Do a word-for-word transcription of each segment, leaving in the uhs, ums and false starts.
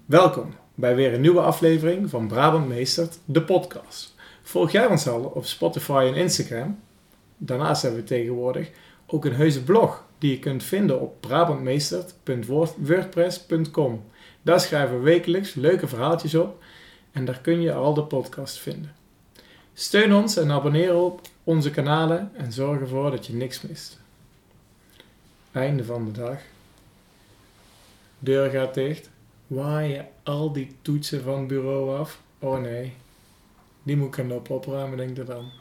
Welkom bij weer een nieuwe aflevering van Brabant Meestert, de podcast. Volg jij ons al op Spotify en Instagram? Daarnaast hebben we tegenwoordig ook een heuse blog die je kunt vinden op brabantmeestert punt wordpress punt com. Daar schrijven we wekelijks leuke verhaaltjes op en daar kun je al de podcast vinden. Steun ons en abonneer op onze kanalen en zorg ervoor dat je niks mist. Einde van de dag. Deur gaat dicht. Waaien al die toetsen van het bureau af. Oh nee. Die moet ik gaan op opruimen, denk ik dan.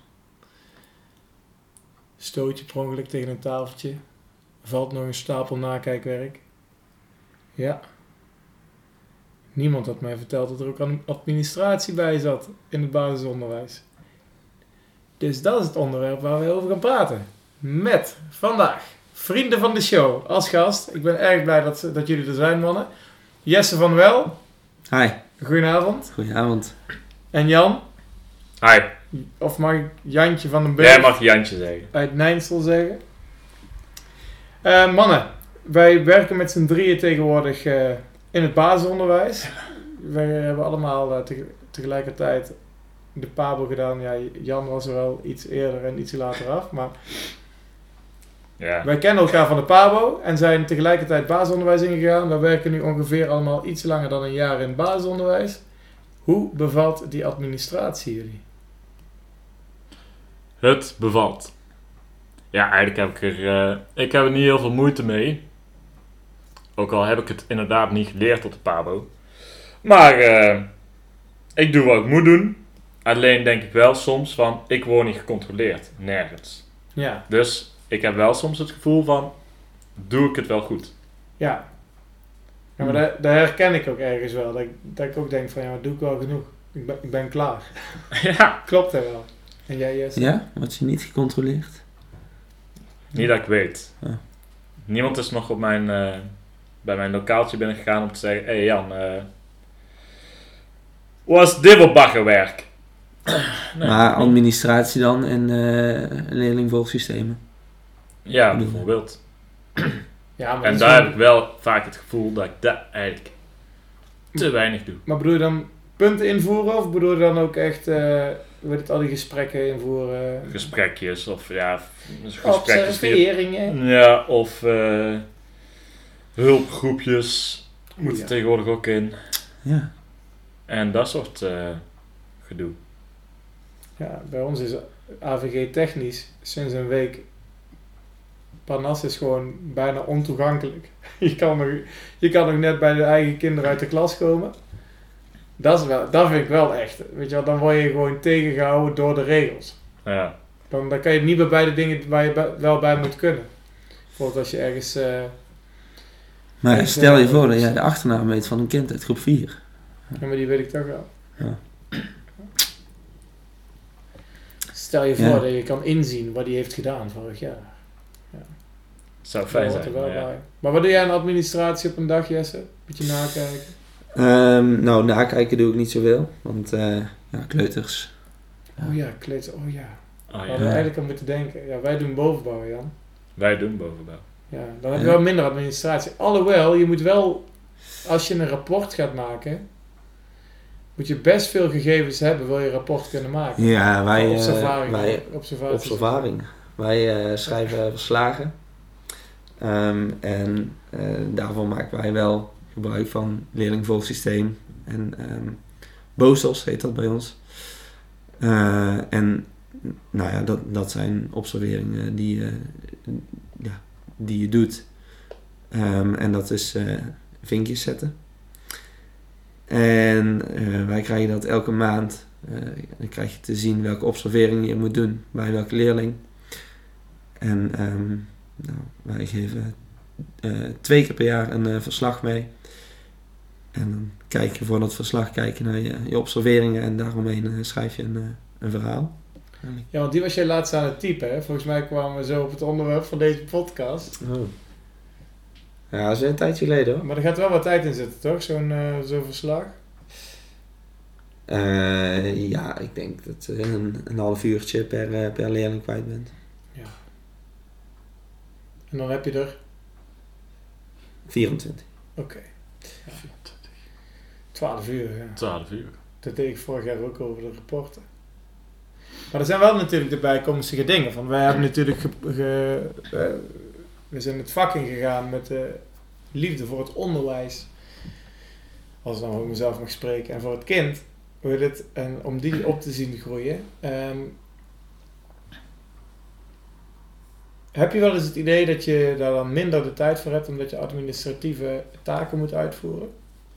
Stoot je per ongeluk tegen een tafeltje. Valt nog een stapel nakijkwerk. Ja. Niemand had mij verteld dat er ook een administratie bij zat in het basisonderwijs. Dus dat is het onderwerp waar we over gaan praten. Met vandaag vrienden van de show als gast. Ik ben erg blij dat, dat jullie er zijn, mannen. Jesse van Wel. Hi. Goedenavond. Goedenavond. En Jan. Hi. Of mag ik Jantje van den Berg Jij mag Jantje zeggen. uit Nijnsel zeggen. Uh, mannen, wij werken met z'n drieën tegenwoordig uh, in het basisonderwijs. Wij hebben allemaal uh, te, tegelijkertijd de Pabo gedaan. Ja, Jan was er wel iets eerder en iets later af, maar... Ja. Wij kennen elkaar van de Pabo en zijn tegelijkertijd basisonderwijs ingegaan. We werken nu ongeveer allemaal iets langer dan een jaar in het basisonderwijs. Hoe bevalt die administratie jullie? Het bevalt. Ja, eigenlijk heb ik er, uh, ik heb er niet heel veel moeite mee. Ook al heb ik het inderdaad niet geleerd op de Pabo. Maar uh, ik doe wat ik moet doen. Alleen denk ik wel soms van, ik word niet gecontroleerd. Nergens. Ja. Dus ik heb wel soms het gevoel van, doe ik het wel goed? Ja. Ja, maar daar, daar herken ik ook ergens wel. Dat ik, dat ik ook denk van, ja, maar doe ik wel genoeg? Ik ben, ik ben klaar. Ja. Klopt dat wel? En jij, Jesse? Ja? Word je niet gecontroleerd? Niet dat ik weet. Ja. Niemand is nog op mijn, uh, bij mijn lokaaltje binnengegaan om te zeggen, hé hey Jan, uh, was dit wat baggerwerk? Nee, maar administratie dan en uh, leerlingvolgsystemen? Ja, bijvoorbeeld. Ja, maar en daar gewoon... heb ik wel vaak het gevoel dat ik dat eigenlijk te weinig doe. Maar bedoel je dan punten invoeren of bedoel je dan ook echt, uh, weet het, al die gesprekken invoeren? Gesprekjes of ja, gesprekjes. Observeringen. Ja, of uh, hulpgroepjes moeten ja. tegenwoordig ook in. Ja. En dat soort uh, gedoe. Ja, bij ons is A V G technisch sinds een week. Parnas is gewoon bijna ontoegankelijk. Je kan, nog, je kan nog net bij de eigen kinderen uit de klas komen. Dat, is wel, dat vind ik wel echt. Weet je wel, dan word je gewoon tegengehouden door de regels. Ja. Dan, dan kan je niet meer bij de dingen waar je bij, wel bij moet kunnen. Bijvoorbeeld als je ergens... Uh, maar ergens stel je voor dat jij de achternaam weet van een kind uit groep vier. Ja, maar die weet ik toch wel. Ja. Stel je voor ja. dat je kan inzien wat hij heeft gedaan vorig jaar. Ja. Zou fijn zijn. Wel maar, ja. maar wat doe jij aan administratie op een dag, Jesse? Beetje nakijken? Um, nou, nakijken doe ik niet zoveel. Want uh, ja, kleuters. Oh ja, kleuters. Oh ja. Oh, We ja. hadden eigenlijk aan moeten denken. Ja, wij doen bovenbouw, Jan. Wij doen bovenbouw. Ja, dan heb je ja. wel minder administratie. Alhoewel, je moet wel, als je een rapport gaat maken, moet je best veel gegevens hebben, wil je een rapport kunnen maken. Ja, wij... Uh, observaring. wij observaring. Wij uh, schrijven verslagen. Um, en uh, daarvoor maken wij wel gebruik van leerlingvolgsysteem. En um, BOSOS heet dat bij ons. Uh, en nou ja, dat, dat zijn observeringen die, uh, ja, die je doet. Um, en dat is uh, vinkjes zetten. En uh, wij krijgen dat elke maand. Uh, dan krijg je te zien welke observeringen je moet doen bij welke leerling. En um, nou, wij geven uh, twee keer per jaar een uh, verslag mee. En dan kijk je voor dat verslag kijk je naar je, je observeringen en daaromheen uh, schrijf je een, uh, een verhaal. Ja, want die was jij laatst aan het typen, hè? Volgens mij kwamen we zo op het onderwerp van deze podcast. Oh. Ja, dat is een tijdje geleden hoor. Maar er gaat wel wat tijd in zitten, toch? Zo'n uh, zo'n verslag? Uh, ja, ik denk dat je een, een half uurtje per, uh, per leerling kwijt bent. Ja. En dan heb je er? vierentwintig. Oké. Okay. Ja. twaalf uur, ja. twaalf uur. Dat deed ik vorig jaar ook over de rapporten. Maar er zijn wel natuurlijk de bijkomstige dingen. Van wij hebben natuurlijk... Ge, ge, uh, we zijn het vak ingegaan met de liefde voor het onderwijs. Als ik dan over mezelf mag spreken. En voor het kind. Hoe heet het? En om die op te zien groeien. Um, heb je wel eens het idee dat je daar dan minder de tijd voor hebt, omdat je administratieve taken moet uitvoeren?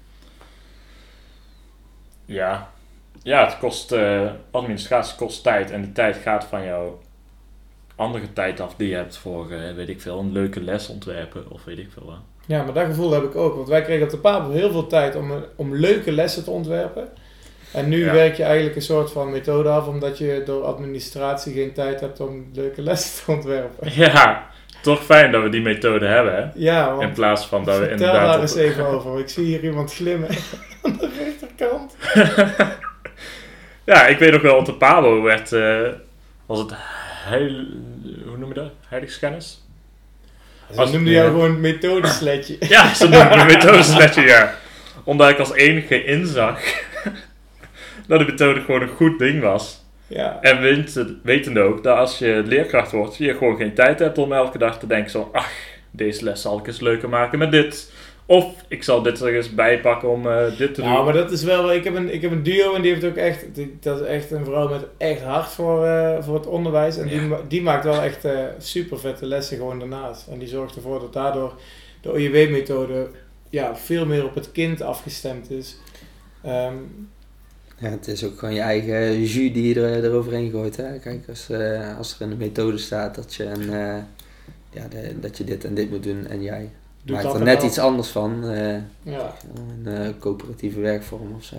Ja. Ja, het kost, uh, administratie kost tijd en die tijd gaat van jouw andere tijd af die je hebt voor, uh, weet ik veel, een leuke les ontwerpen of weet ik veel wat. Ja, maar dat gevoel heb ik ook, want wij kregen op de Pabo heel veel tijd om, om leuke lessen te ontwerpen. En nu ja. werk je eigenlijk een soort van methode af, omdat je door administratie geen tijd hebt om leuke lessen te ontwerpen. Ja, toch fijn dat we die methode hebben, hè? Ja, want in plaats van dat we vertel inderdaad... daar eens even over, ik zie hier iemand glimmen aan de rechterkant. Ja, ik weet nog wel, op de Pabo werd, uh, was het heil, hoe noem je dat? Heiligschennis? Ze noemden jou gewoon methodesletje. Ja, ze noemden me methodesletje, ja. Omdat ik als enige inzag dat de methode gewoon een goed ding was. Ja. En wetende, wetende ook dat als je leerkracht wordt, je gewoon geen tijd hebt om elke dag te denken zo, ach, deze les zal ik eens leuker maken met dit. Of ik zal dit er eens bijpakken om uh, dit te nou, doen. Maar dat is wel, ik heb een, ik heb een duo en die heeft ook echt, die, dat is echt een vrouw met echt hart voor, uh, voor het onderwijs. En ja. die, die maakt wel echt uh, super vette lessen gewoon daarnaast. En die zorgt ervoor dat daardoor de O J W-methode ja, veel meer op het kind afgestemd is. Um, Ja, het is ook gewoon je eigen jus die je er, eroverheen gooit. Hè? Kijk, als, uh, als er in de methode staat dat je, een, uh, ja, de, dat je dit en dit moet doen en jij Doe maakt er net al. iets anders van. Uh, ja. Een uh, coöperatieve werkvorm of zo.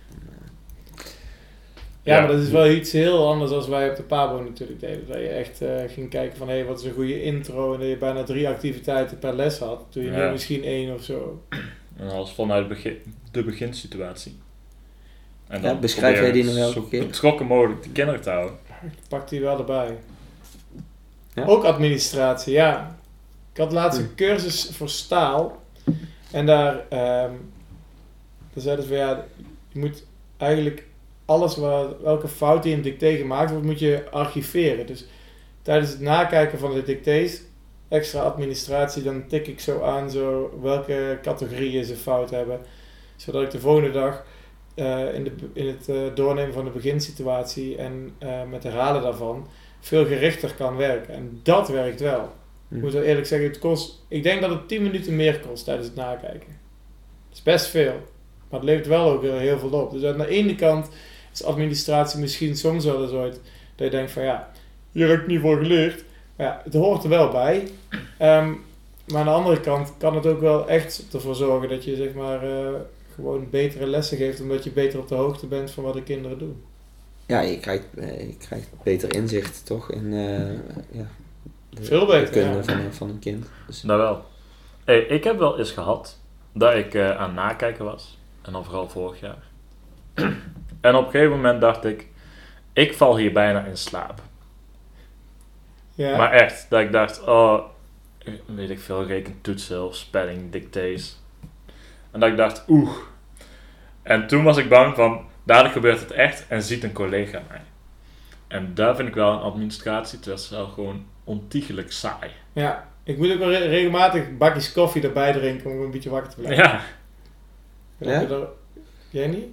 Ja, ja, maar dat is wel iets heel anders als wij op de Pabo natuurlijk deden. Dat je echt uh, ging kijken van, hé, hey, wat is een goede intro en dat je bijna drie activiteiten per les had. Toen je ja. nu misschien één of zo. En alles vanuit begin, de beginsituatie. En ja, beschrijf jij die nog elke keer? Zo betrokken mogelijk de kinderen te houden. Ik pak die wel erbij. Ja? Ook administratie, ja. Ik had laatst een cursus voor staal. En daar, um, daar zeiden ze van ja, je moet eigenlijk alles wat, welke fout die in een dicté gemaakt wordt, moet je archiveren. Dus tijdens het nakijken van de dictés, extra administratie, dan tik ik zo aan zo welke categorieën ze fout hebben. Zodat ik de volgende dag uh, in, de, in het uh, doornemen van de beginsituatie en uh, met herhalen daarvan veel gerichter kan werken. En dat werkt wel. Ik moet wel eerlijk zeggen, het kost, ik denk dat het tien minuten meer kost tijdens het nakijken. Dat is best veel. Maar het levert wel ook heel veel op. Dus aan de ene kant is administratie misschien soms wel eens ooit dat je denkt van ja, hier heb ik niet voor geleerd. Maar ja, het hoort er wel bij. Um, maar aan de andere kant kan het ook wel echt ervoor zorgen dat je zeg maar uh, gewoon betere lessen geeft, omdat je beter op de hoogte bent van wat de kinderen doen. Ja, je krijgt, je krijgt beter inzicht toch in uh, ja, de, Veel beter, de kunde ja. van, van een kind. Dus. Nou wel. Hey, ik heb wel eens gehad dat ik uh, aan het nakijken was. En dan vooral vorig jaar. En op een gegeven moment dacht ik, ik val hier bijna in slaap. Ja. Maar echt, dat ik dacht, oh, weet ik veel, rekentoetsen of spelling, dictées. En dat ik dacht, oeh. En toen was ik bang van, dadelijk gebeurt het echt en ziet een collega mij. En daar vind ik wel een administratie, het was wel gewoon ontiegelijk saai. Ja, ik moet ook wel re- regelmatig bakjes koffie erbij drinken om een beetje wakker te blijven. Ja. Ja? Er, jij niet?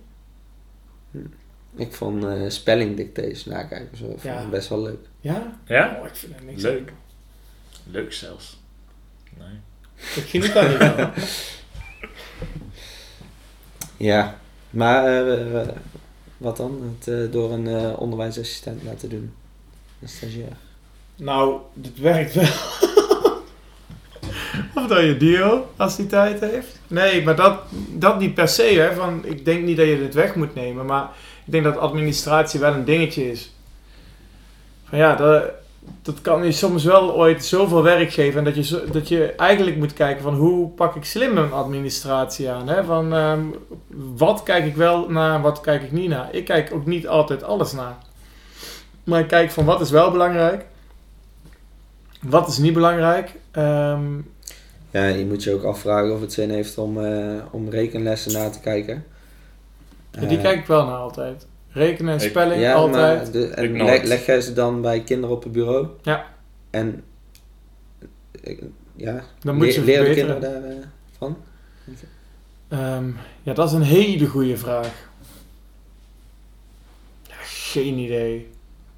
Ik vond uh, spellingdictées nakijken zo, vond Ja. best wel leuk. Ja? Ja? Oh, ik vind er niks Leuk. aan. Leuk zelfs. Nee. Ik geniet daar niet van. Ja, maar uh, wat dan? Het uh, door een uh, onderwijsassistent laten doen. Een stagiair. Nou, dit werkt wel. Of dat je dio als die tijd heeft. Nee, maar dat, dat niet per se. Hè, van, ik denk niet dat je dit weg moet nemen. Maar ik denk dat administratie wel een dingetje is. Van ja, dat, dat kan je soms wel ooit zoveel werk geven. En dat je, zo, dat je eigenlijk moet kijken van hoe pak ik slim mijn administratie aan. Hè? Van um, wat kijk ik wel naar en wat kijk ik niet naar. Ik kijk ook niet altijd alles naar. Maar ik kijk van wat is wel belangrijk. Wat is niet belangrijk. Um, Ja, je moet je ook afvragen of het zin heeft om, uh, om rekenlessen na te kijken. Ja, die Uh, kijk ik wel naar altijd. Rekenen en Ik- spelling ja, altijd. maar de, en Ik leg, nooit. leg jij ze dan bij kinderen op het bureau? Ja. En eh, ja, Dan le- moeten ze leren de verbeteren. kinderen daarvan? van? Ehm, ja, dat is een hele goede vraag. Ja, geen idee.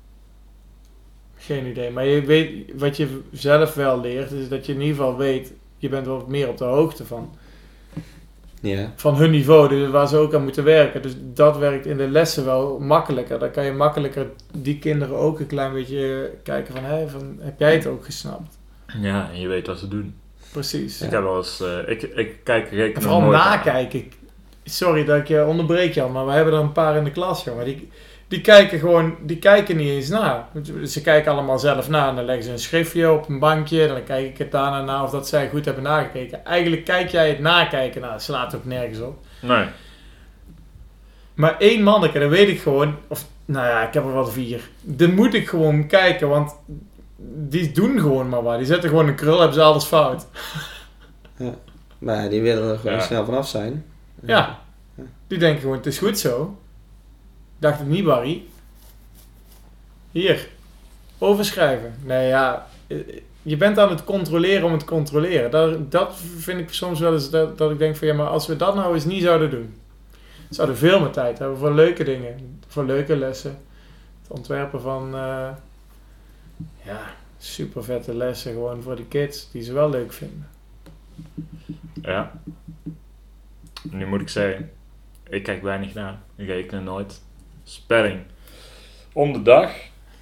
Geen idee. Maar je weet, wat je zelf wel leert, is dat je in ieder geval weet, je bent wat meer op de hoogte van. Ja. Van hun niveau, dus waar ze ook aan moeten werken. Dus dat werkt in de lessen wel makkelijker. Dan kan je makkelijker die kinderen ook een klein beetje kijken van, hé, van heb jij het ook gesnapt? Ja, en je weet wat ze doen. Precies. Ja. Ik heb wel eens... eh, ik, ik kijk rekenen En vooral nooit aan. nakijken. Sorry dat ik je onderbreek, Jan, maar we hebben er een paar in de klas, jongen. Die, die kijken gewoon, die kijken niet eens na. Ze kijken allemaal zelf na en dan leggen ze een schriftje op een bankje. Dan kijk ik het daarna na of dat zij goed hebben nagekeken. Eigenlijk kijk jij het nakijken na, het slaat ook nergens op. Nee. Maar één manneke, dan weet ik gewoon, of nou ja, ik heb er wel vier. Dan moet ik gewoon kijken, want die doen gewoon maar wat. Die zetten gewoon een krul, hebben ze alles fout. Maar die willen er gewoon Ja. snel vanaf zijn. Ja, die denken gewoon, het is goed zo. Dacht ik niet, Barry. Hier, overschrijven. Nee, ja, je bent aan het controleren om het te controleren. Dat, dat vind ik soms wel eens dat, dat ik denk van, ja, maar als we dat nou eens niet zouden doen. We zouden veel meer tijd hebben voor leuke dingen, voor leuke lessen. Het ontwerpen van, uh, ja, super vette lessen gewoon voor de kids, die ze wel leuk vinden. Ja. Nu moet ik zeggen, ik kijk weinig naar. Ik reken nooit. Spelling. Om de dag.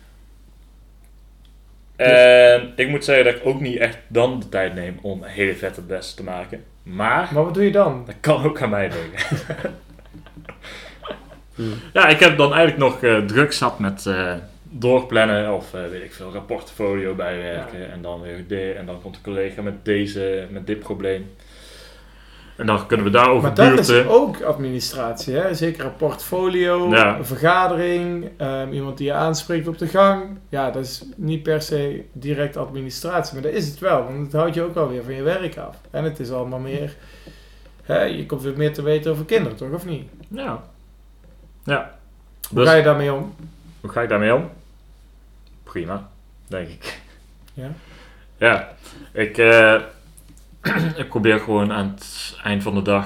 En ik moet zeggen dat ik ook niet echt dan de tijd neem om hele vette lessen te maken. Maar Maar wat doe je dan? dat kan ook aan mij liggen. Hmm. Ja, ik heb dan eigenlijk nog uh, druk zat met uh, doorplannen of uh, weet ik veel, rapportfolio bijwerken. Ja. En dan weer dit. En dan komt een collega met deze, met dit probleem. En dan kunnen we daarover Maar dat is buurten. ook administratie, hè? Zeker een portfolio, Ja. een vergadering, um, iemand die je aanspreekt op de gang. Ja, dat is niet per se direct administratie, maar dat is het wel, want het houdt je ook alweer van je werk af. En het is allemaal meer, hè, je komt weer meer te weten over kinderen, toch, of niet? Ja. Ja. Hoe Dus, ga je daarmee om? hoe ga ik daarmee om? Prima, denk ik. Ja? Ja, ik, uh, ik probeer gewoon aan het eind van de dag...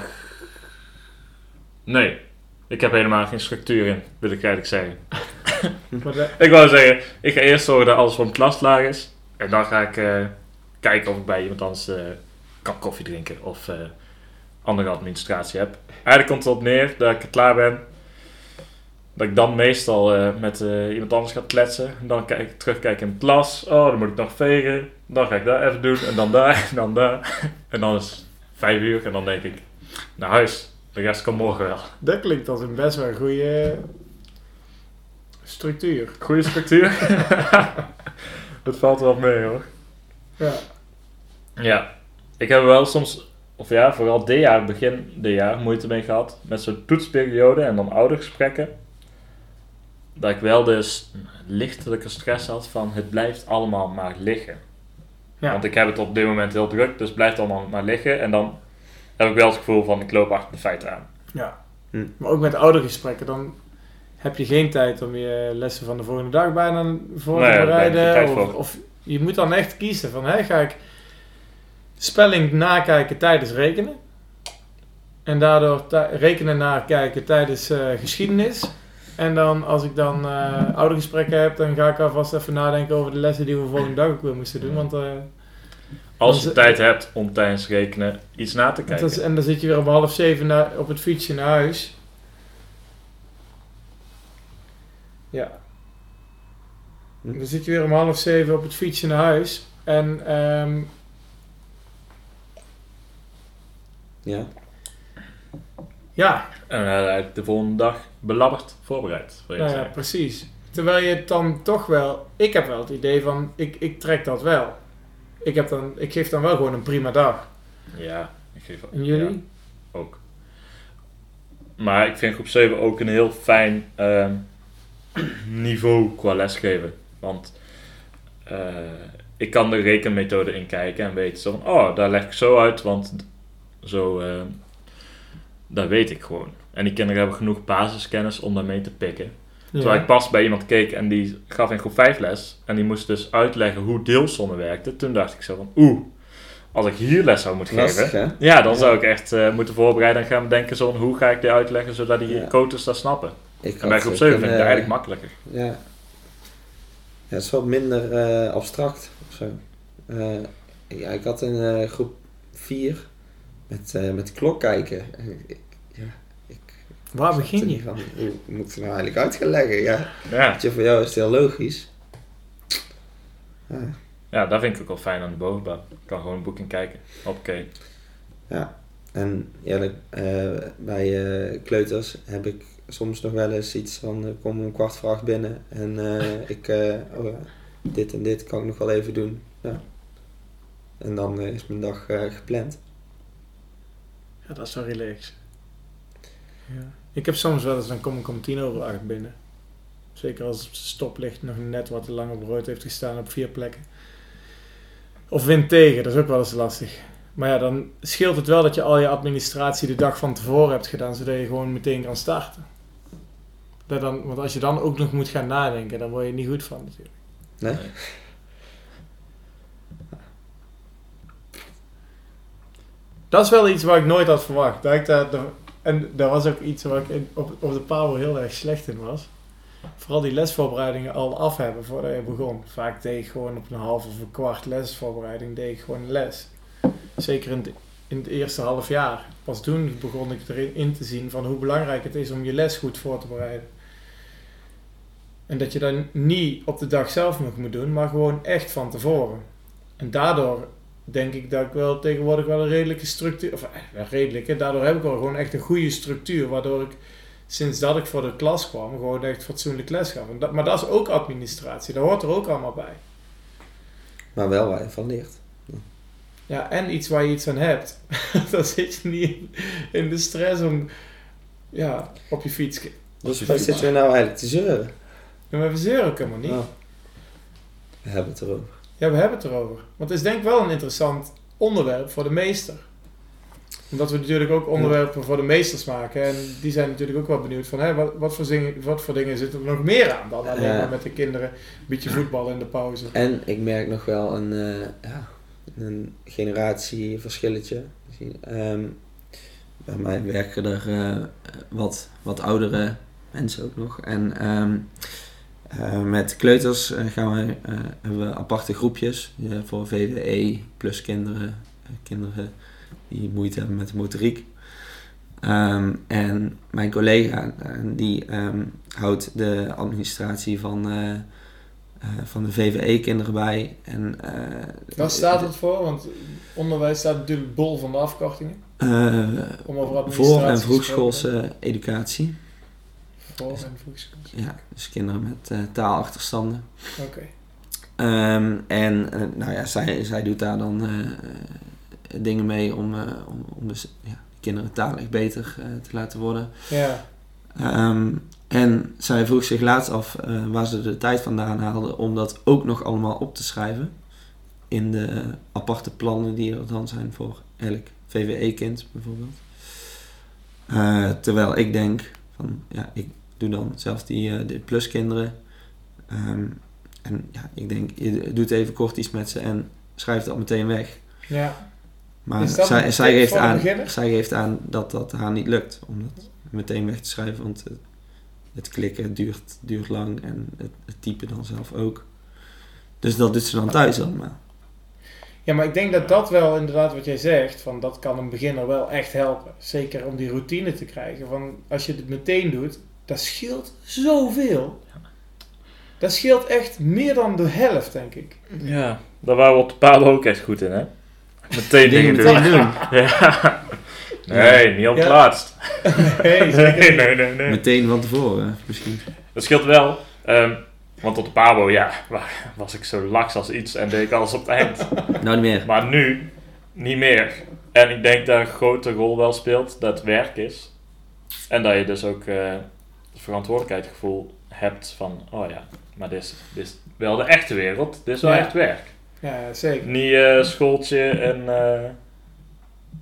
Nee, ik heb helemaal geen structuur in, wil ik eigenlijk zeggen. Maar de- Ik wou zeggen, ik ga eerst zorgen dat alles van mijn klas klaar is. En dan ga ik uh, kijken of ik bij iemand anders uh, kan koffie drinken of uh, andere administratie heb. Eigenlijk komt het erop neer dat ik klaar ben. Dat ik dan meestal uh, met uh, iemand anders ga kletsen. Dan kijk ik terugkijken in mijn klas. Oh, dan moet ik nog vegen. Dan ga ik dat even doen. En dan daar. En dan daar. En dan is het vijf uur. En dan denk ik naar huis. De rest kan morgen wel. dat klinkt als een best wel goede structuur. Goede structuur. Dat valt wel mee hoor. Ja. Ja. Ik heb er wel soms, of ja, vooral dit jaar, begin dit jaar, moeite mee gehad. Met zo'n toetsperiode en dan oudergesprekken. Dat ik wel dus lichtelijke stress had van het blijft allemaal maar liggen. Ja. Want ik heb het op dit moment heel druk, dus het blijft allemaal maar liggen. En dan heb ik wel het gevoel van ik loop achter de feiten aan. Ja. Hm. Maar ook met oudergesprekken, dan heb je geen tijd om je lessen van de volgende dag bijna voor Nee, te daar heb ik geen bereiden. tijd Of, voor. of je moet dan echt kiezen van, hè, ga ik spelling nakijken tijdens rekenen? En daardoor ti- rekenen nakijken tijdens uh, geschiedenis. En dan, als ik dan uh, oudergesprekken heb, dan ga ik alvast even nadenken over de lessen die we volgende dag ook weer moesten doen. Want, uh, Als je Dan- tijd hebt om tijdens rekenen iets na te kijken. dat is, en dan zit je weer om half zeven na, op het fietsje naar huis. Ja. Hm. Dan zit je weer om half zeven op het fietsje naar huis. En um, Ja. ja, En uh, eigenlijk de volgende dag belabberd voorbereid. Wil je nou ja, zeggen. precies. Terwijl je het dan toch wel... Ik heb wel het idee van, ik, ik trek dat wel. Ik, heb dan, ik geef dan wel gewoon een prima dag. Ja, ik geef En jullie? ja, ook. Maar ik vind groep zeven ook een heel fijn uh, niveau qua lesgeven. Want uh, ik kan de rekenmethode inkijken en weet zo van, oh, daar leg ik zo uit, want zo, uh, dat weet ik gewoon. En die kinderen hebben genoeg basiskennis om daarmee te pikken. Ja. Terwijl ik pas bij iemand keek en die gaf in groep vijf les. En die moest dus uitleggen hoe deelsonnen werkte. Toen dacht ik zo van, oeh, als ik hier les zou moeten Lastig, geven. hè? Ja, dan Ja. zou ik echt uh, moeten voorbereiden en gaan bedenken zo, hoe ga ik dit uitleggen zodat die Ja. koters dat snappen. Ik En bij groep zeven vind ik het eigenlijk makkelijker. Ja. Ja, het is wat minder uh, abstract of zo. Uh, ja, ik had in uh, groep vier met, uh, met klok kijken. En ik, ja, ik, Waar ik begin je? Van, hoe moet ik het nou eigenlijk uit gaan leggen? Ja. Ja. Weet je, voor jou is het heel logisch. Ja. Ja, dat vind ik ook wel fijn aan de bovenbouw. Ik kan gewoon een boek in kijken. Oké. Ja, en eerlijk, uh, bij uh, kleuters heb ik soms nog wel eens iets van, ik kom om kwart voor acht binnen en uh, ik, uh, oh ja, dit en dit kan ik nog wel even doen. Ja. En dan uh, is mijn dag uh, gepland. Ja, dat is wel relaxed. Ja. Ik heb soms wel eens, dan kom ik om tien over acht binnen. Zeker als het stoplicht nog net wat te lang op rood heeft gestaan op vier plekken. Of wind tegen, dat is ook wel eens lastig. Maar ja, dan scheelt het wel dat je al je administratie de dag van tevoren hebt gedaan, zodat je gewoon meteen kan starten. Dat dan, want als je dan ook nog moet gaan nadenken, dan word je niet goed van natuurlijk. Nee? Nee. Dat is wel iets waar ik nooit had verwacht. Dat ik dat, dat, en dat was ook iets waar ik in, op, op de Power heel erg slecht in was. Vooral die lesvoorbereidingen al af hebben voordat je begon. Vaak deed ik gewoon op een half of een kwart lesvoorbereiding deed ik gewoon een les. Zeker in, de, in het eerste half jaar. Pas toen begon ik erin in te zien van hoe belangrijk het is om je les goed voor te bereiden. En dat je dat niet op de dag zelf nog moet doen, maar gewoon echt van tevoren. En daardoor denk ik dat ik wel tegenwoordig wel een redelijke structuur, of eh, redelijk, hè, daardoor heb ik wel gewoon echt een goede structuur, waardoor ik sinds dat ik voor de klas kwam gewoon echt fatsoenlijk les gaf. En dat, maar dat is ook administratie, dat hoort er ook allemaal bij. Maar wel waar je van leert. Ja, en iets waar je iets aan hebt. Dan zit je niet in, in de stress om, ja, op je fiets. Dus waar zitten we nou eigenlijk te zeuren? Ja, maar we zeuren ook helemaal niet. Oh. We hebben het erover. Ja, we hebben het erover. Want het is denk ik wel een interessant onderwerp voor de meester. Omdat we natuurlijk ook onderwerpen voor de meesters maken. En die zijn natuurlijk ook wel benieuwd van, hé, wat, wat, voor dingen, wat voor dingen zitten er nog meer aan dan alleen Ja. maar met de kinderen een beetje voetbal in de pauze. En ik merk nog wel een, uh, ja, een generatieverschilletje. Um, bij mij werken er uh, wat, wat oudere mensen ook nog. En um, uh, met kleuters uh, gaan we, uh, hebben we aparte groepjes uh, voor V W E plus kinderen, uh, kinderen die moeite hebben met de motoriek. Um, en mijn collega uh, die um, houdt de administratie van, uh, uh, van de V W E-kinderen bij. En, uh, Waar staat het voor? Want onderwijs staat natuurlijk bol van de afkortingen. Uh, Om over administratie voor- en te vroegschoolse educatie. Voor- en vroegschoolse. Ja, dus kinderen met uh, taalachterstanden. Oké. Um, en uh, nou ja, zij, zij doet daar dan uh, dingen mee om, uh, om, om dus, ja, kinderen talig beter uh, te laten worden. Ja. Um, en zij vroeg zich laatst af uh, waar ze de tijd vandaan haalden om dat ook nog allemaal op te schrijven. In de uh, aparte plannen die er dan zijn voor elk V W E-kind bijvoorbeeld. Uh, terwijl ik denk van, ja, ik doe dan zelf die, uh, die pluskinderen. Um, en ja, ik denk, je doet even kort iets met ze en schrijft dat meteen weg. Ja. Maar Is dat zij, een zij, tip geeft voor de aan, beginner? zij geeft aan dat dat haar niet lukt om dat meteen weg te schrijven. Want het, het klikken duurt, duurt lang en het, het typen dan zelf ook. Dus dat doet ze dan thuis allemaal. Ja, maar ik denk dat dat wel inderdaad wat jij zegt, van dat kan een beginner wel echt helpen. Zeker om die routine te krijgen. Van als je het meteen doet, dat scheelt zoveel. Dat scheelt echt meer dan de helft, denk ik. Ja, daar waren we op de Pabo ook echt goed in, hè? Meteen dingen doen. meteen doen. Ja. Nee, niet op het Ja. laatst. Nee, zeker Nee, niet. nee, nee, nee. Meteen van tevoren misschien. Dat scheelt wel. Um, want op de Pabo, ja, was ik zo laks als iets en deed ik alles op het eind. Nou niet meer. Maar nu, niet meer. En ik denk dat een grote rol wel speelt dat het werk is. En dat je dus ook uh, het verantwoordelijkheidsgevoel hebt van, oh ja, maar dit is, dit is wel de echte wereld. Dit is wel Ja. echt werk. Ja, zeker. Niet uh, schooltje en uh,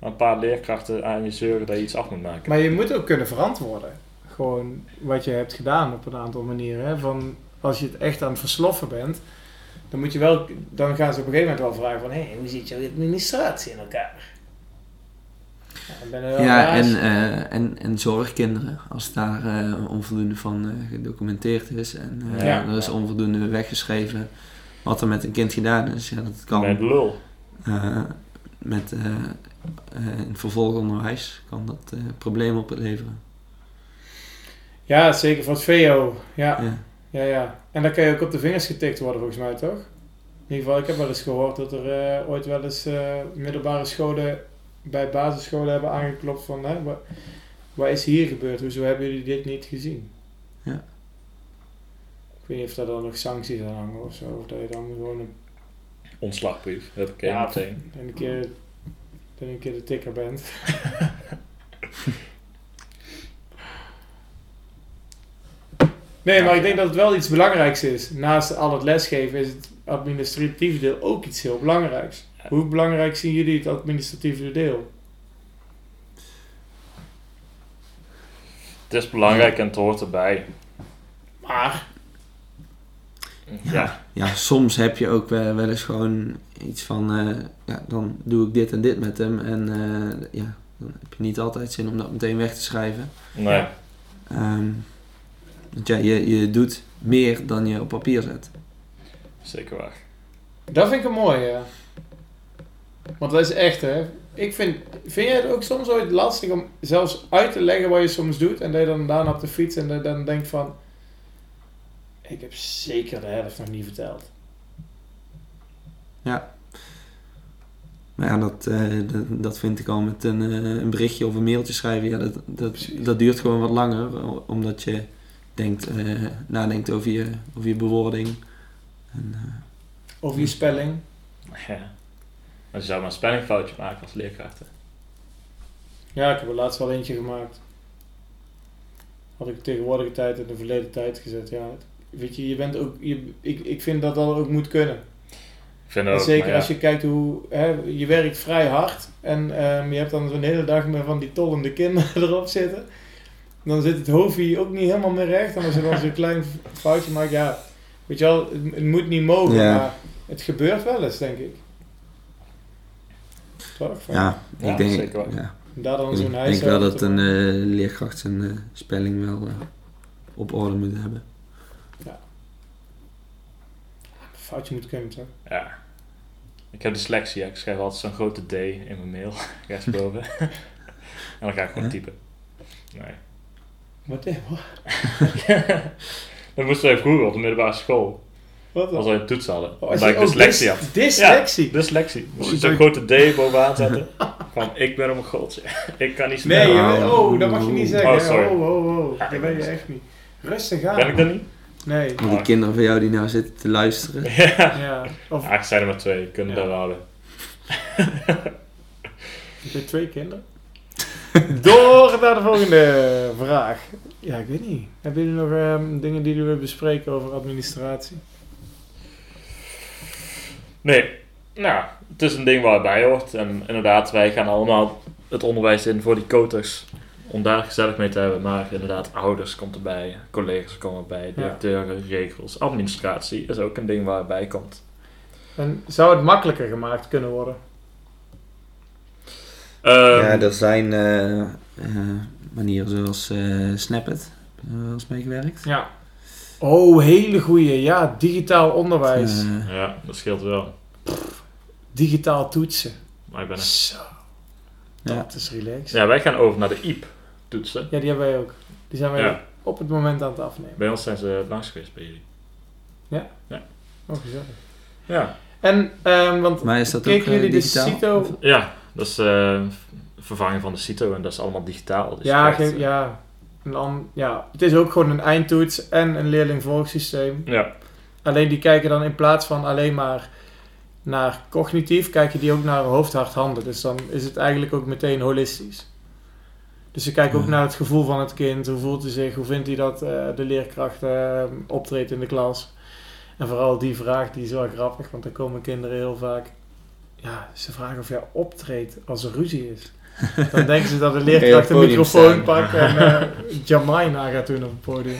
een paar leerkrachten aan je zeuren dat je iets af moet maken. Maar je moet ook kunnen verantwoorden. Gewoon wat je hebt gedaan op een aantal manieren. Hè? Van, als je het echt aan het versloffen bent, dan moet je wel, dan gaan ze op een gegeven moment wel vragen van, hé, hey, hoe zit jouw administratie in elkaar? Ja, dan ben je wel Ja, baas. en, uh, en, en zorgkinderen. Als daar uh, onvoldoende van uh, gedocumenteerd is en uh, Ja. er is onvoldoende weggeschreven wat er met een kind gedaan is. Ja, dat kan Met lul. uh, met uh, uh, in het vervolgonderwijs kan dat uh, problemen opleveren. Ja, zeker voor het V O. Ja. Ja. ja, ja. En dan kan je ook op de vingers getikt worden volgens mij, toch? In ieder geval, ik heb wel eens gehoord dat er uh, ooit wel eens uh, middelbare scholen bij basisscholen hebben aangeklopt van, hè, wat, wat is hier gebeurd? Hoezo hebben jullie dit niet gezien? Ja. Ik weet niet of daar dan nog sancties aan hangen of zo. Of dat je dan gewoon een, Ontslagbrief. Dat oké, Ja, meteen. en een keer, dat je een keer de tikker bent. Nee, maar ik denk dat het wel iets belangrijks is. Naast al het lesgeven is het administratieve deel ook iets heel belangrijks. Hoe belangrijk zien jullie het administratieve deel? Het is belangrijk en het hoort erbij. Maar, Ja. Ja. Ja, soms heb je ook wel, wel eens gewoon iets van, uh, ja, dan doe ik dit en dit met hem. En uh, ja, dan heb je niet altijd zin om dat meteen weg te schrijven. Nee. Ja. Um, want ja, je, je doet meer dan je op papier zet. Zeker waar. dat vind ik een mooie, ja. Want dat is echt, hè. Ik vind, vind jij het ook soms ooit lastig om zelfs uit te leggen wat je soms doet en dat je dan daarna op de fiets en dat je dan denkt van, ik heb zeker de helft nog niet verteld. Maar ja, dat, uh, dat, dat vind ik al met een, uh, een berichtje of een mailtje schrijven. Ja, dat, dat, dat duurt gewoon wat langer, omdat je denkt, uh, nadenkt over je, over je bewoording. En, uh, Over je spelling. Ja. Maar je zou maar een spellingfoutje maken als leerkracht. hè. Ja, ik heb er laatst wel eentje gemaakt. Had ik tegenwoordige tijd in de verleden tijd gezet. Ja, weet je, je bent ook, je, ik, ik vind dat dat ook moet kunnen. Ik vind En ook, zeker maar ja. als je kijkt hoe, hè, je werkt vrij hard en um, je hebt dan zo'n hele dag met van die tollende kinderen erop zitten. Dan zit het hoofdje ook niet helemaal meer recht. En als je dan zo'n klein foutje maakt, ja, weet je wel, het, het moet niet mogen, Ja. maar het gebeurt wel eens, denk ik. Toch? Van, ja, ik Ja, denk, zeker wel. ja, Daar dan ik zo'n denk wel huishouden dat te een maken. uh, leerkracht zijn uh, spelling wel uh, op orde moet hebben. Een foutje moet kunnen, toch? Ja. Ik heb dyslexie, hè. Ik schrijf altijd zo'n grote D in mijn mail, rechtsboven. En dan ga ik gewoon Huh? typen. Nee. Wat, is- wat, Dat moesten wij vroeger op de middelbare school, wat als we een toets hadden. Oh, als Omdat je- ik oh, dyslexie dys- had. Dyslexie? Dyslexie. Moest je Oh, zo'n grote D bovenaan zetten. Van, ik ben op een gootje. Ik kan niet Nee, spellen. je weet- oh, dat mag je niet zeggen. Oh, hè. sorry. Oh, oh, oh. Ja, Dat ik ben je ben- echt niet. Rustig aan. Ben ik dat niet? Nee. Maar die kinderen van jou die nou zitten te luisteren. Ja. Ja. Of, Ah, ik zijn er maar twee, kunnen Ja. daar houden. ik heb twee kinderen. Door naar de volgende vraag. Ja, ik weet niet. Hebben jullie nog ehm, dingen die jullie willen bespreken over administratie? Nee, nou, het is een ding waar het bij hoort. En inderdaad, wij gaan allemaal het onderwijs in voor die koters. Om daar gezellig mee te hebben. Maar inderdaad, ouders komt erbij, collega's komen erbij, directeuren, regels, administratie is ook een ding waar het bij komt. En zou het makkelijker gemaakt kunnen worden? Ehm, ja, er zijn uh, uh, manieren zoals uh, Snapit. Heb je er wel eens mee gewerkt? Ja. Oh, hele goeie. Ja, digitaal onderwijs. Uh, Ja, dat scheelt wel. Digitaal toetsen. Maar ik ben er. Zo. ja. Dat is relaxed. Ja, wij gaan over naar de I P toetsen. Ja, die hebben wij ook. Die zijn wij Ja. op het moment aan het afnemen. Bij ons zijn ze langs geweest bij jullie. Oh, gezellig. Ja, En, ehm, want Maar is dat ook keken uh, jullie de digitaal? CITO? ja dat is uh, vervanging van de CITO en dat is allemaal digitaal. Dus Ja, je krijgt, ge- uh, ja. En dan, ja, het is ook gewoon een eindtoets en een leerlingvolgsysteem. ja. Alleen die kijken dan in plaats van alleen maar naar cognitief, kijken die ook naar hoofd, hart, handen. Dus dan is het eigenlijk ook meteen holistisch. Dus ze kijken ook Ja. naar het gevoel van het kind. Hoe voelt hij zich? Hoe vindt hij dat uh, de leerkracht uh, optreedt in de klas? En vooral die vraag, die is wel grappig, want dan komen kinderen heel vaak ja, ze vragen of jij optreedt als er ruzie is. Dan denken ze dat de leerkracht Ja, een podium microfoon staan. pakt en uh, Jamaina gaat doen op het podium.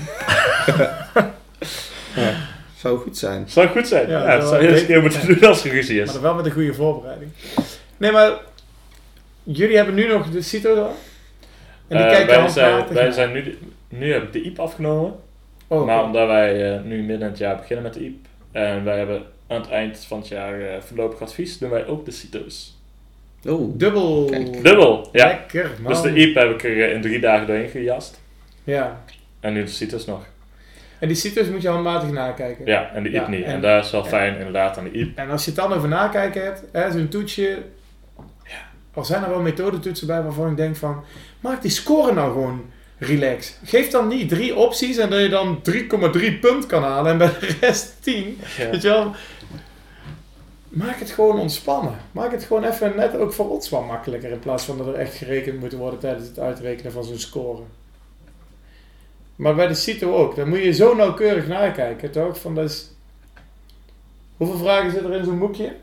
Ja, zou goed zijn. Zou goed zijn. Ja, Ja, dat dat zou je wel- eens een keer moeten doen als er ruzie is. Maar dan wel met een goede voorbereiding. Nee, maar jullie hebben nu nog de CITO dan? En die Eh, kijken wij handmatig zijn, wij naar- zijn nu, de- nu heb ik de I P afgenomen. Oh, Maar oké. omdat wij uh, nu midden in het jaar beginnen met de I P. En wij hebben aan het eind van het jaar uh, voorlopig advies. Doen wij ook de CITO's. Oh, Dubbel. Kijk. Dubbel, ja. Lekker, man. Dus de I P heb ik er uh, in drie dagen doorheen gejast. Ja. En nu de CITO's nog. En die CITO's moet je handmatig nakijken. Ja, en de I P Ja, niet. En, en- daar is wel en- fijn inderdaad aan de I P. En als je het dan over nakijken hebt, hè, zo'n toetsje. Ja, al zijn er wel methodetoetsen bij waarvan ik denk van, maak die score nou gewoon relax. Geef dan niet drie opties en dat je dan drie komma drie punt kan halen en bij de rest tien. Ja. Weet je wel? Maak het gewoon ontspannen. Maak het gewoon even net ook voor ons wat makkelijker in plaats van dat er echt gerekend moet worden tijdens het uitrekenen van zo'n score. Maar bij de CITO ook. Dan moet je zo nauwkeurig nakijken, toch? Van dat is... Hoeveel vragen zitten er in zo'n boekje?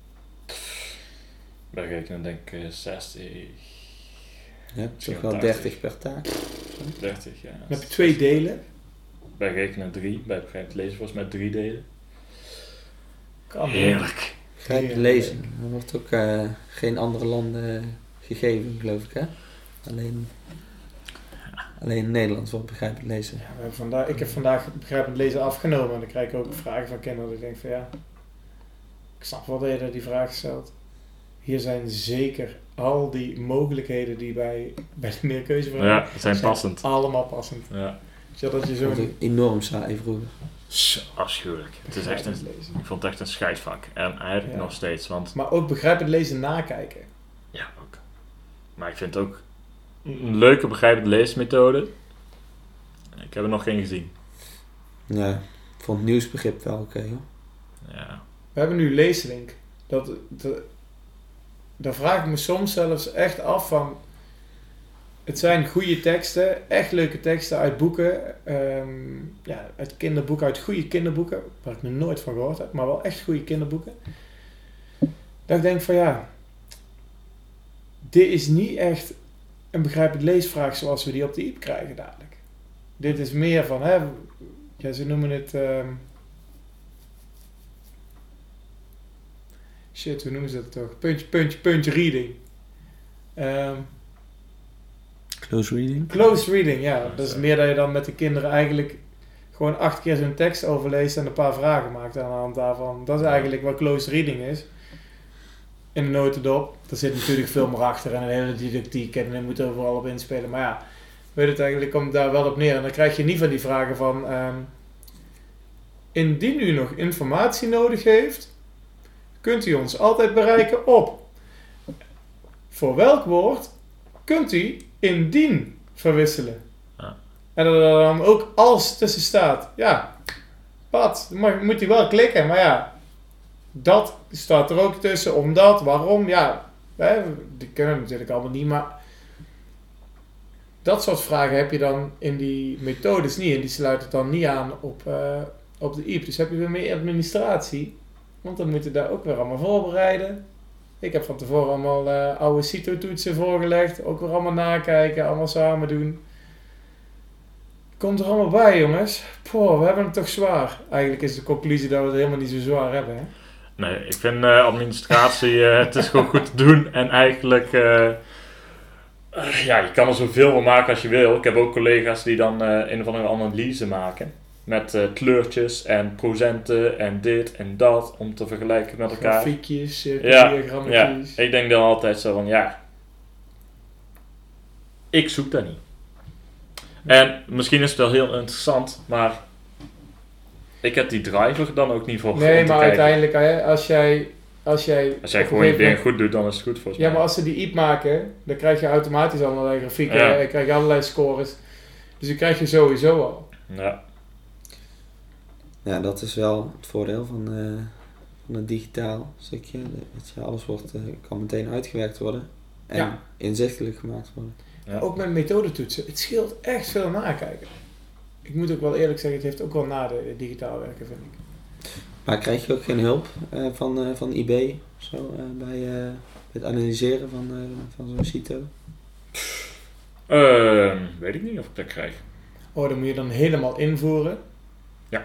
Bij rekenen denk ik uh, zestig, ja, toch wel dertig per taak. dertig, ja. Dan heb je twee delen. Bij rekenen drie, bij begrijpend lezen volgens mij drie delen. Kan Heerlijk. Begrijpend Ja. lezen. Er wordt ook uh, geen andere landen gegeven, geloof ik, hè? Alleen, alleen in Nederland wordt begrijpend lezen. Ja, we hebben vandaag, ik heb vandaag begrijpend lezen afgenomen en dan krijg ik ook vragen van kinderen. Dat ik denk van ja, ik snap wel dat je die vraag stelt. Hier zijn zeker al die mogelijkheden die bij, bij de meerkeuzevragen Ja, die zijn passend. allemaal passend. Ja. Weet je wel, dat je Dat vond zo'n ik enorm saai vroeger. Zo afschuwelijk. Het is echt een, begrijpend lezen. ik vond het echt een scheidvak. En eigenlijk Ja. nog steeds, want Maar ook begrijpend lezen nakijken. ja, ook. Maar ik vind het ook een leuke begrijpend leesmethode. Ik heb er nog geen gezien. Ja, ik vond het nieuwsbegrip wel oké, hoor. Ja. We hebben nu Leeslink. Dat, dat, daar vraag ik me soms zelfs echt af van... Het zijn goede teksten, echt leuke teksten uit boeken. ehm, ja, uit kinderboeken, uit goede kinderboeken. Waar ik nog nooit van gehoord heb, maar wel echt goede kinderboeken. Dat ik denk van ja... Dit is niet echt een begrijpend leesvraag zoals we die op de I P krijgen dadelijk. Dit is meer van... Hè, ja, ze noemen het... ehm, shit, hoe noemen ze dat toch? Puntje, puntje, puntje reading. Ehm, Close reading. close reading, ja. Dat is meer dat je dan met de kinderen eigenlijk gewoon acht keer zo'n tekst overleest en een paar vragen maakt aan de hand daarvan. Dat is eigenlijk wat close reading is. In de notendop. Er zit natuurlijk veel meer achter en een hele didactiek en je moet er vooral op inspelen. Maar ja, weet het eigenlijk, komt daar wel op neer. En dan krijg je niet van die vragen van... ehm, indien u nog informatie nodig heeft, kunt u ons altijd bereiken op. Voor welk woord kunt u indien verwisselen? Ja. En dat er dan ook als tussen staat. Ja, wat? Dan mag- moet hij wel klikken, maar ja, dat staat er ook tussen. Omdat, waarom? Ja, hè, die kunnen we natuurlijk allemaal niet, maar dat soort vragen heb je dan in die methodes niet. En die sluiten dan niet aan op, uh, op de I P. Dus heb je weer meer administratie. Want dan moet je daar ook weer allemaal voorbereiden. Ik heb van tevoren allemaal uh, oude CITO-toetsen voorgelegd. Ook weer allemaal nakijken, allemaal samen doen. Komt er allemaal bij, jongens. Poh, we hebben het toch zwaar. Eigenlijk is de conclusie dat we het helemaal niet zo zwaar hebben. Hè? Nee, ik vind uh, administratie, uh, het is gewoon goed te doen. En eigenlijk, uh, uh, ja, je kan er zoveel van maken als je wil. Ik heb ook collega's die dan uh, een of andere analyse maken. Met uh, kleurtjes en procenten en dit en dat. Om te vergelijken met elkaar. Grafiekjes, Ja, ja, diagrammetjes. ik denk dan altijd zo van, ja, ik zoek dat niet. En misschien is het wel heel interessant, maar ik heb die driver dan ook niet voor om Nee, te maar kijken. uiteindelijk, hè, als jij... Als jij, Als jij op gewoon een je gegeven dingen goed doet, dan is het goed volgens Ja, maar mij. als ze die I P maken, dan krijg je automatisch allerlei grafieken, Ja. je krijgt allerlei scores. Dus die krijg je sowieso al. Ja, Ja, dat is wel het voordeel van, uh, van het digitaal stukje. Dat je, alles wordt, uh, kan meteen uitgewerkt worden. En Ja. inzichtelijk gemaakt worden. ja. Ook met methodetoetsen. Het scheelt echt veel nakijken. Ik moet ook wel eerlijk zeggen, het heeft ook wel nadelen, digitaal werken, vind ik. Maar krijg je ook geen hulp uh, van, uh, van I B of zo uh, bij, uh, bij het analyseren van, uh, van zo'n CITO? Uh, weet ik niet of ik dat krijg. Oh, dan moet je dan helemaal invoeren. Ja.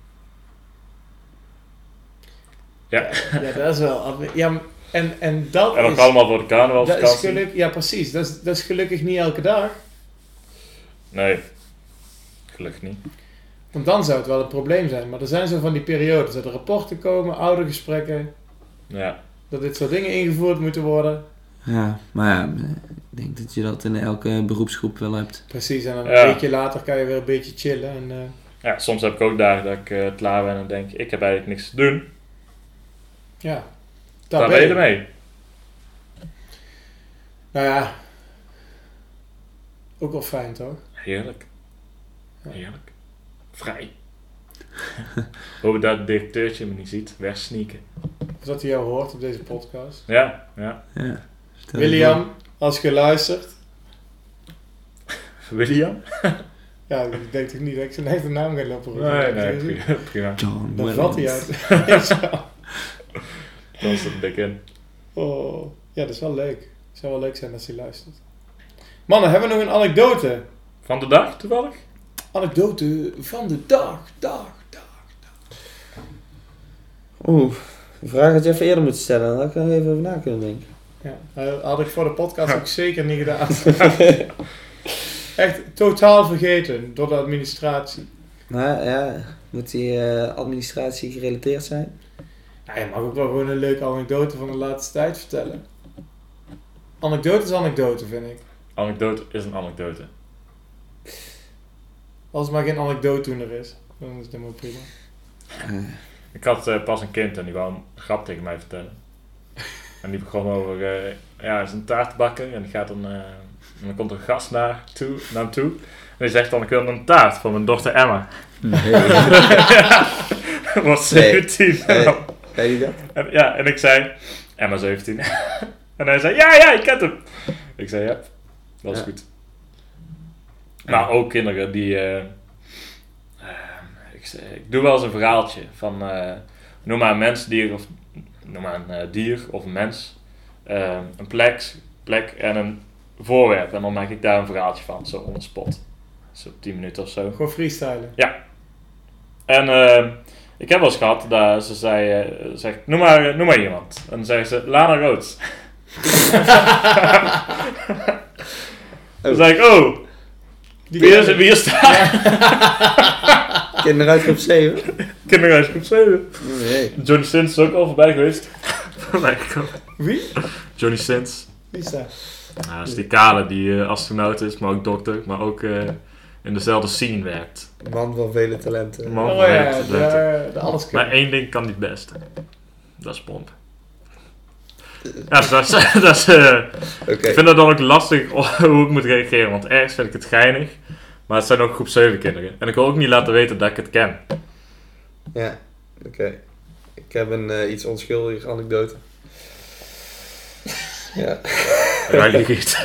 Ja. Ja, dat is wel... Ja, en, en dat en ook is... allemaal voor de Dat carnavalsvakantie. is geluk, ja, precies. Dat is, dat is gelukkig niet elke dag. Nee, gelukkig niet. Want dan zou het wel een probleem zijn. Maar er zijn zo van die periodes dat er rapporten komen, oudergesprekken, Ja. dat dit soort dingen ingevoerd moeten worden. Ja, maar ja, ik denk dat je dat in elke beroepsgroep wel hebt. Precies, en dan Ja. een weekje later kan je weer een beetje chillen. En, uh, Ja, soms heb ik ook dagen dat ik uh, klaar ben en denk, ik heb eigenlijk niks te doen. ja, Daar ben je ermee. Nou ja, ook wel fijn toch? Heerlijk. Ja. Heerlijk. Vrij. Hoop dat het directeurtje me niet ziet. Wegsneaken. Of dat hij jou hoort op deze podcast. Ja, ja. Ja. Stel je William, als je luistert. William? Ja, ik denk toch niet dat ik zijn echte naam ga lopen roepen. Nee, nee, prima. prima. voor. John Dan Williams. valt hij uit. Ja, zo. Dan is het dik in. Oh, ja, dat is wel leuk. Het zou wel leuk zijn als hij luistert. Mannen, hebben we nog een anekdote? Van de dag, toevallig? Anekdote van de dag, dag, dag. Oeh, een vraag had je even eerder moeten stellen. Dan had ik er even over na kunnen denken. Ja, dat had ik voor de podcast ook zeker niet gedaan. Echt totaal vergeten door de administratie. Nou ja, moet die uh, administratie gerelateerd zijn? Ja, je mag ook wel gewoon een leuke anekdote van de laatste tijd vertellen. Anekdote is anekdote, vind ik. Anekdote is een anekdote. Als het maar geen anekdotedoener is, dan is het helemaal prima. Uh, Ik had uh, pas een kind en die wou een grap tegen mij vertellen. En die begon over, uh, ja, hij is een taartbakker en die gaat dan, uh, en dan komt er een gast naar, toe, naar hem toe. En die zegt dan, ik wil een taart voor mijn dochter Emma. nee. Was zeventien. Nee. Uh, weet je dat? En, ja, en ik zei, Emma zeventien. En hij zei, ja, ja, ik ken hem. Ik zei, ja, dat is Ja. goed. Maar ook kinderen die... Uh, uh, ik, zei, ik doe wel eens een verhaaltje van... Uh, noem maar een mens, dier of... Noem maar een uh, dier of een mens. Uh, een plek, plek en een voorwerp. En dan maak ik daar een verhaaltje van. Zo on the spot. Zo tien minuten of zo. Gewoon freestylen. Ja. En uh, ik heb wel eens gehad dat ze zei... Uh, zegt, noem, maar, noem maar iemand. En dan zei ze, Lana Rhodes. Dan zei ik, oh... Die Wie is, wie is daar? Kinderen uit groep zeven? Kinderen uit groep zeven. Nee. Johnny Sins is ook al voorbij geweest. Voorbij gekomen. Wie? Johnny Sins. Wie is dat? Nou, dat is die kale die uh, astronaut is, maar ook dokter, maar ook uh, in dezelfde scene werkt. Man van vele talenten. Man Oh van ja, hele de, talenten. de alles Maar één ding kan niet het beste. Dat is pompen. Ja, dat is... dat is uh, Oké. Ik vind dat dan ook lastig hoe ik moet reageren, want ergens vind ik het geinig. Maar het zijn ook groep zeven kinderen. En ik wil ook niet laten weten dat ik het ken. Ja, oké. Okay. Ik heb een uh, iets onschuldige anekdote. Ja. Ja, liegt.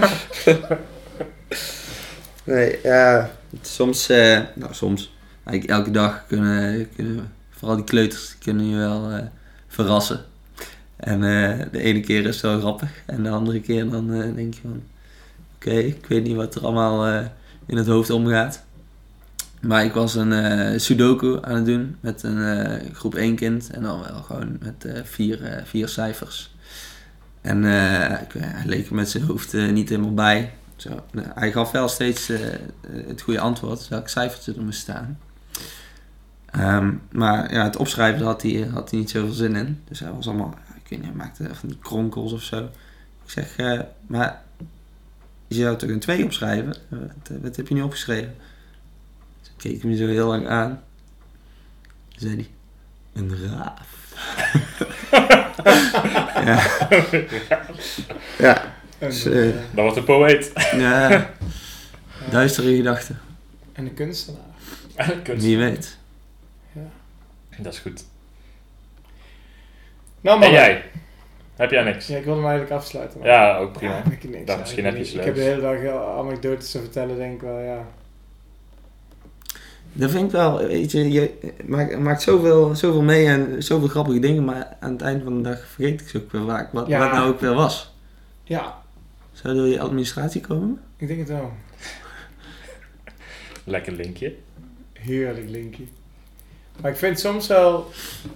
Nee, ja. Soms, uh, nou soms, eigenlijk elke dag kunnen, kunnen vooral die kleuters, die kunnen je wel uh, verrassen. En uh, de ene keer is het wel grappig en de andere keer dan uh, denk je van, oké, okay, ik weet niet wat er allemaal uh, in het hoofd omgaat. Maar ik was een uh, sudoku aan het doen met een uh, groep één kind en dan wel gewoon met uh, vier, uh, vier cijfers. En uh, ik, uh, hij leek er met zijn hoofd uh, niet helemaal bij. Zo, nou, hij gaf wel steeds uh, het goede antwoord, welk cijfertje er moest staan. Um, maar ja, het opschrijven had hij, had hij niet zoveel zin in. Dus hij was allemaal, ik weet niet, hij maakte van die kronkels of zo. Ik zeg, uh, maar je zou toch een twee opschrijven? Wat, wat heb je nu opgeschreven? Dus ik keek hem zo heel lang aan. Toen zei hij, een raaf. Ja. Ja. Dus, uh, Dat wordt een poëet. ja. Duistere gedachten. En de kunstenaar. Kunst. Wie weet. Ja. Dat is goed. Nou En man. jij? Heb jij niks? Ja, ik wilde hem eigenlijk afsluiten. Maar Ja, ook prima. Ja, ik, niks, Dat ja, misschien ik, heb je iets ik heb de leuks. hele dag anekdotes te vertellen, denk ik wel, ja. Dat vind ik wel, weet je, je maakt, maakt zoveel, zoveel mee en zoveel grappige dingen, maar aan het eind van de dag vergeet ik ze ook weer vaak wat, Ja. wat nou ook weer was. Ja, Zou door je administratie komen? ik denk het wel. Lekker linkje. Heerlijk, Linky. Maar ik vind soms wel...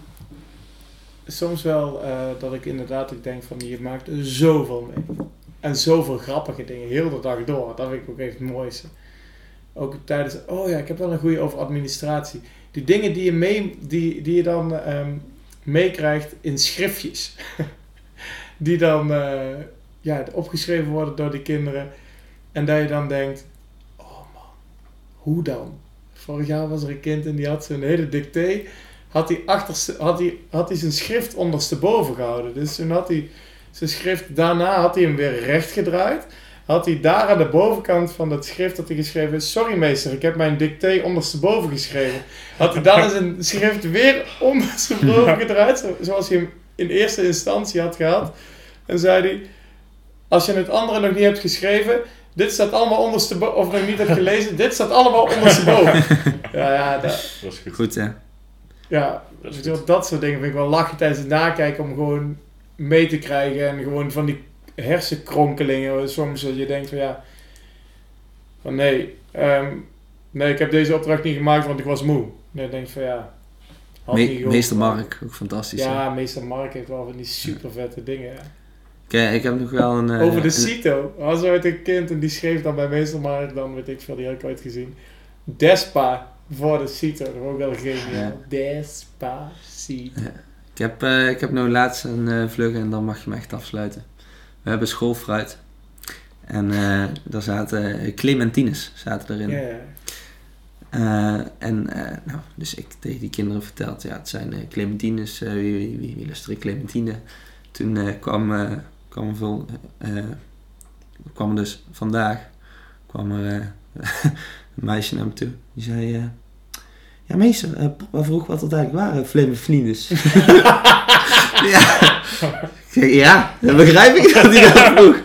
Soms wel uh, dat ik inderdaad ik denk van... Je maakt er zoveel mee. En zoveel grappige dingen. Heel de dag door. Dat vind ik ook echt het mooiste. Ook tijdens... Oh ja, ik heb wel een goede over administratie. Die dingen die je, mee, die, die je dan um, meekrijgt in schriftjes. Die dan uh, ja, opgeschreven worden door die kinderen. En dat je dan denkt... Oh man, hoe dan? Vorig jaar was er een kind en die had zo'n hele dicté. Had hij, achterste, had, hij, had hij zijn schrift ondersteboven gehouden. Dus toen had hij zijn schrift... Daarna had hij hem weer recht gedraaid. Had hij daar aan de bovenkant van het schrift dat hij geschreven... Sorry meester, ik heb mijn dicté ondersteboven geschreven. Had hij dan zijn schrift weer ondersteboven gedraaid. Zoals hij hem in eerste instantie had gehad. En zei hij... Als je het andere nog niet hebt geschreven... Dit staat allemaal ondersteboven, of nog niet hebt gelezen, dit staat allemaal ondersteboven. Ja, ja, dat, Dat is goed. Goed, hè? ja Dat is weet je wel, dat soort dingen vind ik wel lachen tijdens het nakijken om gewoon mee te krijgen. En gewoon van die hersenkronkelingen, soms dat je denkt van ja, van nee, um, nee, ik heb deze opdracht niet gemaakt, want ik was moe. Nee, dan denk ik van ja. had Me- niet gehoord. meester Mark, ook fantastisch. hè? Ja, meester Mark heeft wel van die super vette dingen. Ja. Kijk, ik heb nog wel een... eh, Over de een- Cito. Als ooit een kind en die schreef dan bij meester Mark, dan weet ik veel, die had ik ooit gezien. Despa voor de Cito. Dat was ook wel geniaal. Despacito. Ja. Ik heb, eh, ik heb nog laatst een uh, vlug en dan mag je me echt afsluiten. We hebben schoolfruit. En uh, daar zaten clementines zaten erin. Ja, ja. Uh, en uh, nou, dus ik tegen die kinderen verteld, ja, het zijn uh, clementines, uh, wie, wie, wie, wie lust er een clementine? Toen uh, kwam, uh, kwam, er veel, uh, kwam er dus vandaag kwam er uh, een meisje naar me toe. Die zei, uh, ja meester, uh, papa vroeg wat dat eigenlijk waren, clementines. ja. Zeg, ja, dan begrijp ik dat hij dat vroeg.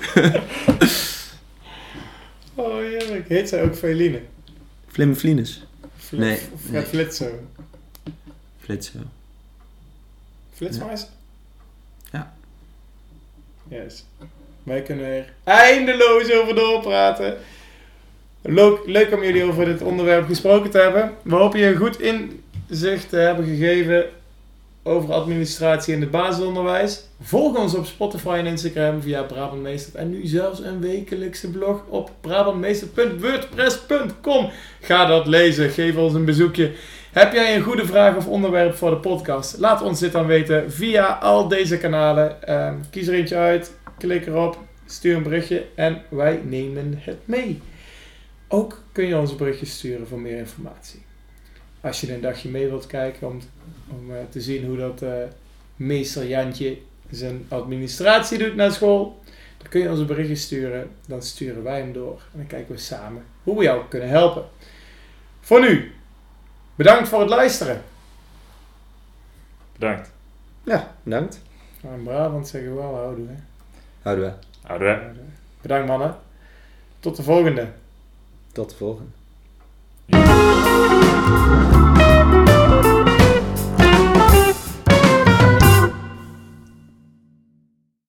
Oh heerlijk. Heet zij ook Feline? Flimmerflines. Fl- Nee, Fred nee. Flitzo. Flitzo. Flitsmeister? Ja. Yes. Wij kunnen er eindeloos over doorpraten. Leuk, leuk om jullie over dit onderwerp gesproken te hebben. We hopen je een goed inzicht te hebben gegeven over administratie in het basisonderwijs. Volg ons op Spotify en Instagram via Brabant Meestert. En nu zelfs een wekelijkse blog op brabantmeestert punt wordpress punt com. Ga dat lezen. Geef ons een bezoekje. Heb jij een goede vraag of onderwerp voor de podcast? Laat ons dit dan weten via al deze kanalen. Uh, kies er eentje uit. Klik erop. Stuur een berichtje. En wij nemen het mee. Ook kun je ons een berichtje sturen voor meer informatie. Als je een dagje mee wilt kijken om, om uh, te zien hoe dat uh, meester Jantje zijn administratie doet naar school, dan kun je ons een berichtje sturen. Dan sturen wij hem door. En dan kijken we samen hoe we jou kunnen helpen. Voor nu, bedankt voor het luisteren. Bedankt. Ja, bedankt. Nou, in Brabant zeggen we wel houden. Hè? Houden we. Houden we. Bedankt mannen. Tot de volgende. Tot de volgende. Ja.